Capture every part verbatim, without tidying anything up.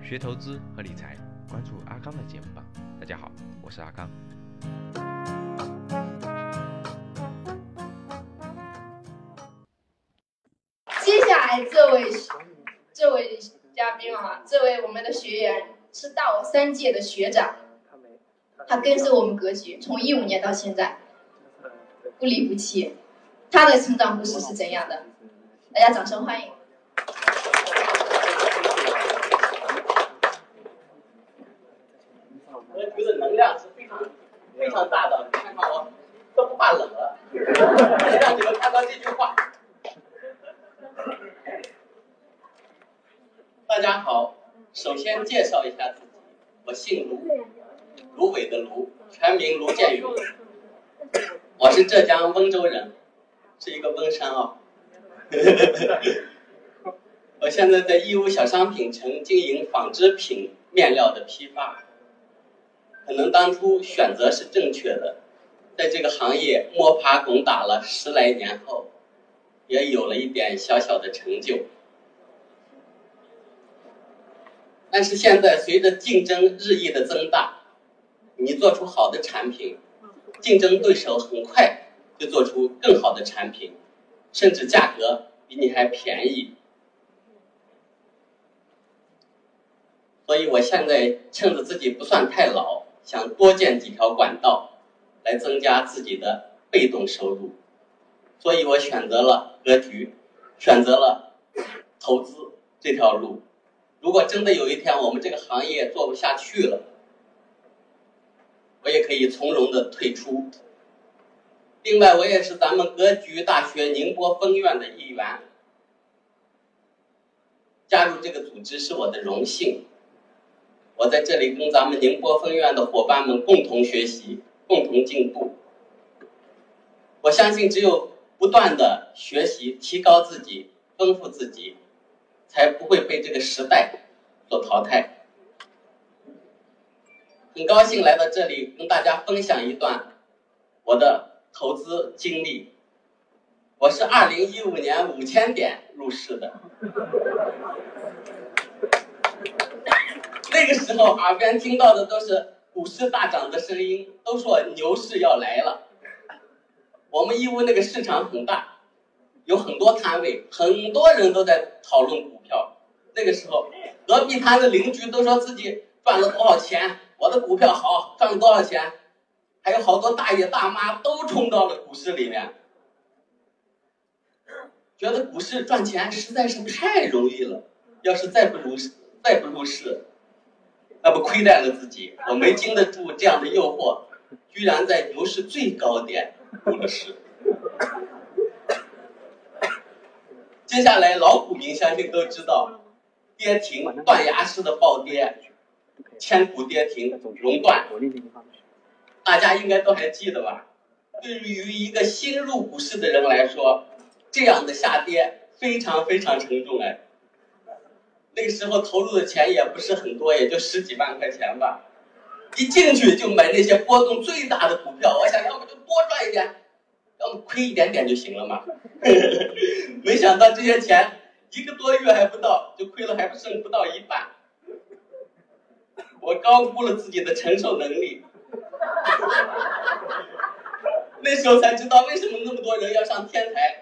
学投资和理财，关注阿刚的节目吧。大家好，我是阿刚。 接下来这位这位嘉宾啊，这位我们的学员是大我三届的学长，他跟随我们格局从一五年到现在不离不弃。他的成长故事是怎样的？大家掌声欢迎。 格局的能量是非常非常大的，看看我都不怕冷了，让你们看到这句话。大家好，首先介绍一下自己，我姓卢，芦苇的芦，全名卢建宇，我是浙江温州人，是一个温山啊。我现在在义乌小商品城经营纺织品面料的批发。可能当初选择是正确的，在这个行业摸爬滚打了十来年后，也有了一点小小的成就。但是现在随着竞争日益的增大，你做出好的产品，竞争对手很快就做出更好的产品，甚至价格比你还便宜。所以我现在趁着自己不算太老，想多建几条管道来增加自己的被动收入，所以我选择了格局，选择了投资这条路。如果真的有一天我们这个行业做不下去了，我也可以从容的退出。另外，我也是咱们格局大学宁波分院的一员，加入这个组织是我的荣幸。我在这里跟咱们宁波分院的伙伴们共同学习，共同进步。我相信只有不断的学习，提高自己，丰富自己，才不会被这个时代所淘汰。很高兴来到这里跟大家分享一段我的投资经历。我是二零一五年五千点入市的。那个时候耳边听到的都是股市大涨的声音，都说牛市要来了。我们义乌那个市场很大，有很多摊位，很多人都在讨论股票。那个时候隔壁摊的邻居都说自己赚了多少钱，我的股票好，赚了多少钱。还有好多大爷大妈都冲到了股市里面，觉得股市赚钱实在是太容易了，要是再不入市再不入市那不亏待了自己。我没经得住这样的诱惑，居然在牛市最高点入了市。接下来老股民相信都知道，跌停、断崖式的暴跌，千股跌停、熔断，大家应该都还记得吧？对于一个新入股市的人来说，这样的下跌非常非常沉重哎。那个时候投入的钱也不是很多，也就十几万块钱吧。一进去就买那些波动最大的股票，我想要么就多赚一点，要么亏一点点就行了嘛。没想到这些钱一个多月还不到，就亏了还不剩不到一半。我高估了自己的承受能力。那时候才知道为什么那么多人要上天台。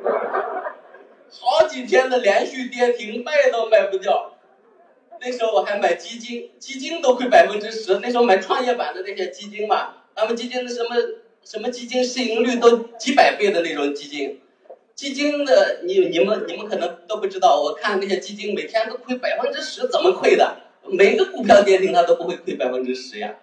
好几天的连续跌停，卖都卖不掉。那时候我还买基金，基金都亏百分之十。那时候买创业板的那些基金嘛，他们基金的什么什么基金市盈率都几百倍的那种基金，基金的你你们你们可能都不知道，我看那些基金每天都亏百分之十，怎么亏的？每个股票跌停，它都不会亏百分之十呀。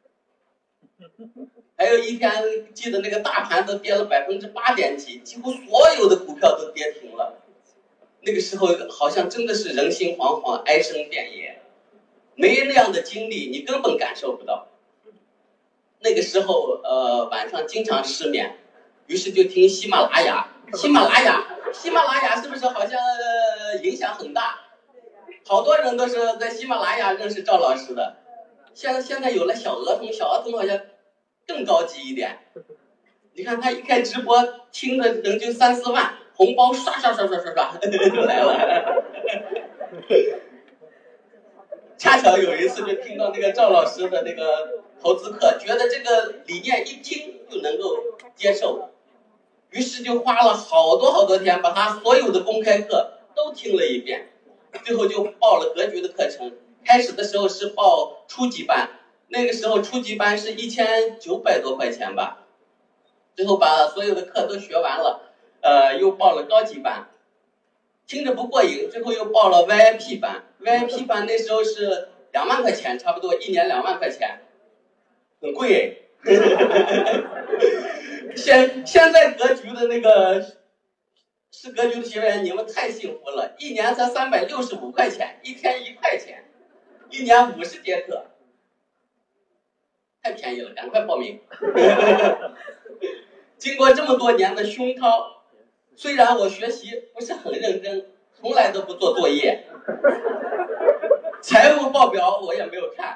还有一天记得那个大盘都跌了百分之八点几，几乎所有的股票都跌停了。那个时候好像真的是人心惶惶，哀声遍野，没那样的经历你根本感受不到。那个时候呃晚上经常失眠，于是就听喜马拉雅，喜马拉雅喜马拉雅是不是好像、呃、影响很大？好多人都是在喜马拉雅认识赵老师的。现在现在有了小鹅童，小鹅童好像更高级一点。你看他一开直播，听的人就三四万，红包刷刷刷刷刷刷就来了。 恰巧有一次就听到那个赵老师的那个投资课，觉得这个理念一听就能够接受，于是就花了好多好多天，把他所有的公开课都听了一遍，最后就报了格局的课程。开始的时候是报初级班，那个时候初级班是一千九百多块钱吧，最后把所有的课都学完了，呃，又报了高级班，听着不过瘾，最后又报了 V I P 班。V I P 班那时候是两万块钱，差不多一年两万块钱，很贵哎。现现在格局的那个是格局的学员，你们太幸福了，一年才三百六十五块钱，一天一块钱，一年五十节课，太便宜了，赶快报名。经过这么多年的熏陶，虽然我学习不是很认真，从来都不做作业，财务报表我也没有看，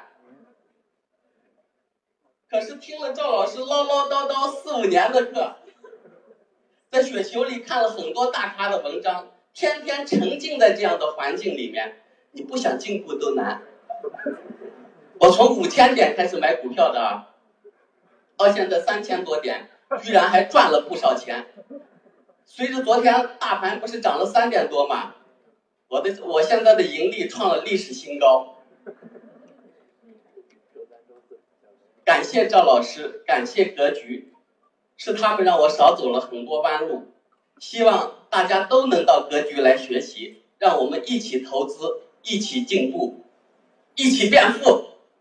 可是听了赵老师唠唠叨叨四五年的课，在雪球里看了很多大咖的文章，天天沉浸在这样的环境里面，你不想进步都难。我从五千点开始买股票的啊，到现在三千多点，居然还赚了不少钱。随着昨天大盘不是涨了三点多吗？我的我现在的盈利创了历史新高。感谢赵老师，感谢格局，是他们让我少走了很多弯路。希望大家都能到格局来学习，让我们一起投资，一起进步，一起变富。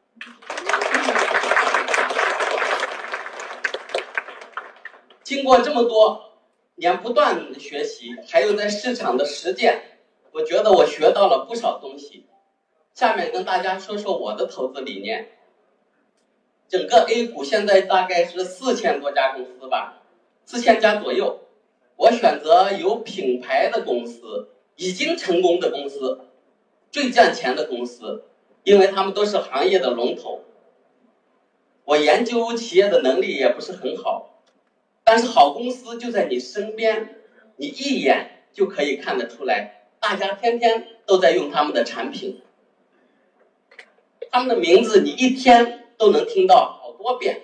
经过这么多年不断的学习，还有在市场的实践，我觉得我学到了不少东西。下面跟大家说说我的投资理念。整个 A 股现在大概是四千多家公司吧，四千家左右。我选择有品牌的公司，已经成功的公司，最赚钱的公司，因为他们都是行业的龙头。我研究企业的能力也不是很好，但是好公司就在你身边，你一眼就可以看得出来，大家天天都在用他们的产品，他们的名字你一天都能听到好多遍。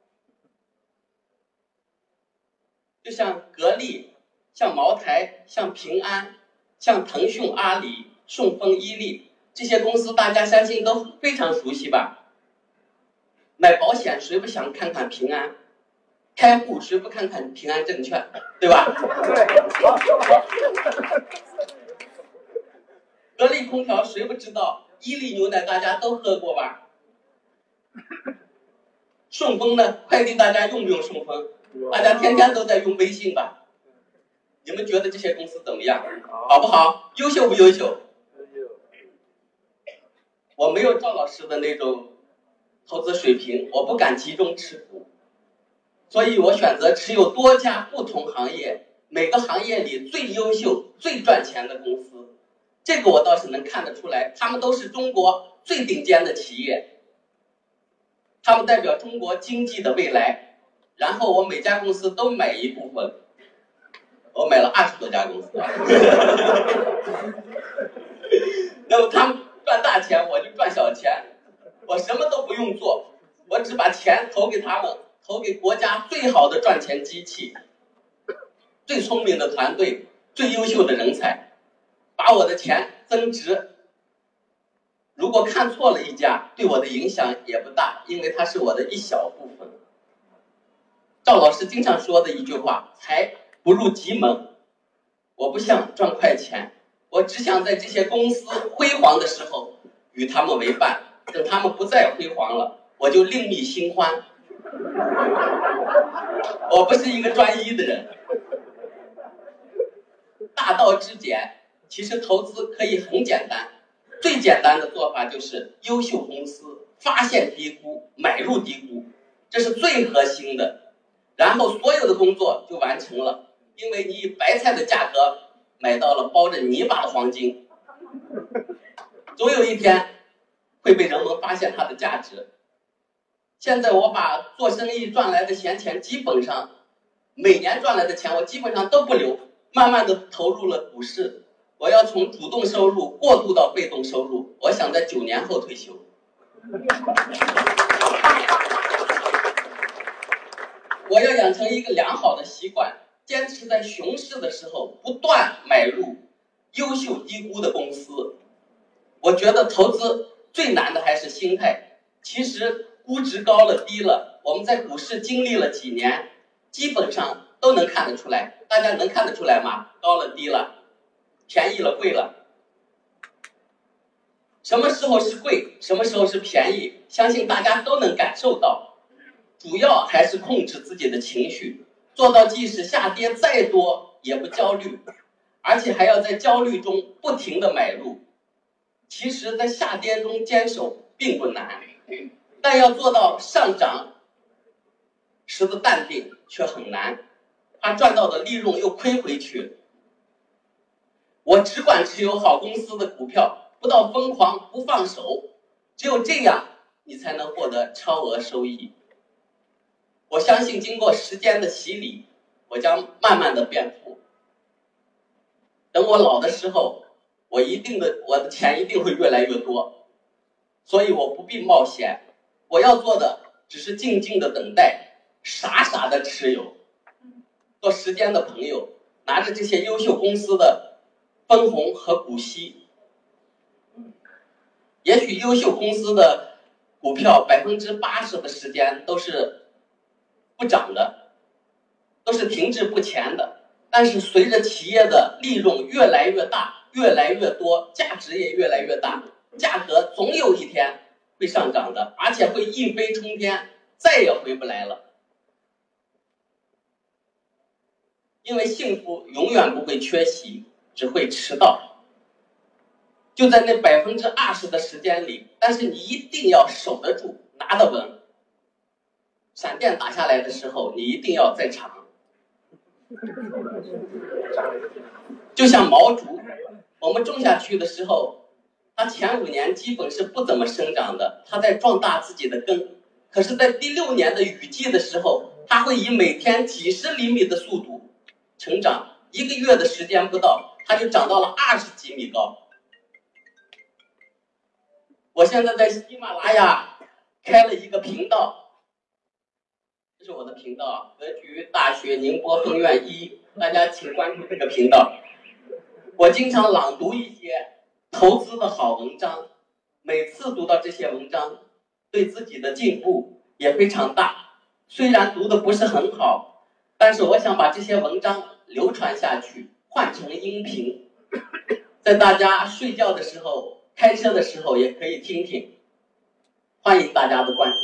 就像格力，像茅台，像平安，像腾讯、阿里、顺丰、伊利，这些公司大家相信都非常熟悉吧？买保险谁不想看看平安？开户谁不看看平安证券，对吧？格力空调谁不知道？伊利牛奶大家都喝过吧？顺丰呢？快递大家用不用顺丰？大家天天都在用微信吧？你们觉得这些公司怎么样？好不好？优秀不优秀？我没有赵老师的那种投资水平，我不敢集中持股，所以我选择持有多家不同行业，每个行业里最优秀、最赚钱的公司。这个我倒是能看得出来，他们都是中国最顶尖的企业，他们代表中国经济的未来。然后我每家公司都买一部分，我买了二十多家公司。那么他们赚大钱，我就赚小钱，我什么都不用做，我只把钱投给他们，投给国家最好的赚钱机器，最聪明的团队，最优秀的人才，把我的钱增值。如果看错了一家，对我的影响也不大，因为它是我的一小部分。赵老师经常说的一句话，财不入急门。我不想赚快钱，我只想在这些公司辉煌的时候与他们为伴，等他们不再辉煌了，我就另觅新欢。我不是一个专一的人。大道至简，其实投资可以很简单，最简单的做法就是优秀公司发现低估，买入低估，这是最核心的。然后所有的工作就完成了，因为你以白菜的价格买到了包着泥巴的黄金，总有一天会被人们发现它的价值。现在我把做生意赚来的闲钱，基本上每年赚来的钱我基本上都不留，慢慢的投入了股市， 我要从主动收入过渡到被动收入，我想在九年后退休。我要养成一个良好的习惯，坚持在熊市的时候不断买入优秀低估的公司。我觉得投资最难的还是心态。其实估值高了低了，我们在股市经历了几年，基本上都能看得出来。大家能看得出来吗？高了低了，便宜了贵了。什么时候是贵，什么时候是便宜，相信大家都能感受到。主要还是控制自己的情绪，做到即使下跌再多也不焦虑，而且还要在焦虑中不停地买入。其实在下跌中坚守并不难，但要做到上涨时的淡定却很难，怕赚到的利润又亏回去。我只管持有好公司的股票，不到疯狂不放手，只有这样你才能获得超额收益。我相信经过时间的洗礼，我将慢慢的变富。等我老的时候，我一定的我的钱一定会越来越多，所以我不必冒险，我要做的只是静静的等待，傻傻的持有，做时间的朋友，拿着这些优秀公司的分红和股息。也许优秀公司的股票百分之八十的时间都是不涨的，都是停滞不前的。但是随着企业的利润越来越大，越来越多，价值也越来越大，价格总有一天会上涨的，而且会一飞冲天，再也回不来了。因为幸福永远不会缺席，只会迟到。就在那百分之二十的时间里，但是你一定要守得住，拿得稳。闪电打下来的时候，你一定要在场。就像毛竹，我们种下去的时候，它前五年基本是不怎么生长的，它在壮大自己的根。可是在第六年的雨季的时候，它会以每天几十厘米的速度成长，一个月的时间不到，它就长到了二十几米高。我现在在喜马拉雅开了一个频道，这是我的频道，格局大学宁波分院一，大家请关注这个频道。我经常朗读一些投资的好文章，每次读到这些文章，对自己的进步也非常大。虽然读的不是很好，但是我想把这些文章流传下去，换成音频，在大家睡觉的时候、开车的时候也可以听听。欢迎大家的关注。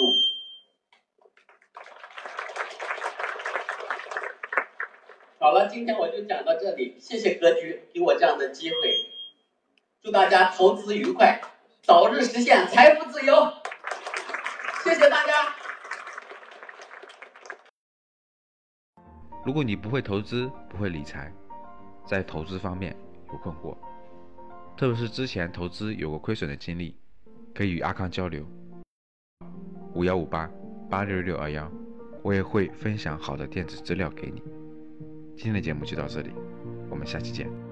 好了，今天我就讲到这里，谢谢格局给我这样的机会，祝大家投资愉快，早日实现财富自由，谢谢大家。 如果你不会投资，不会理财，在投资方面有困惑，特别是之前投资有过亏损的经历，可以与阿康交流，五幺五八八六六二幺，我也会分享好的电子资料给你。今天的节目就到这里，我们下期见。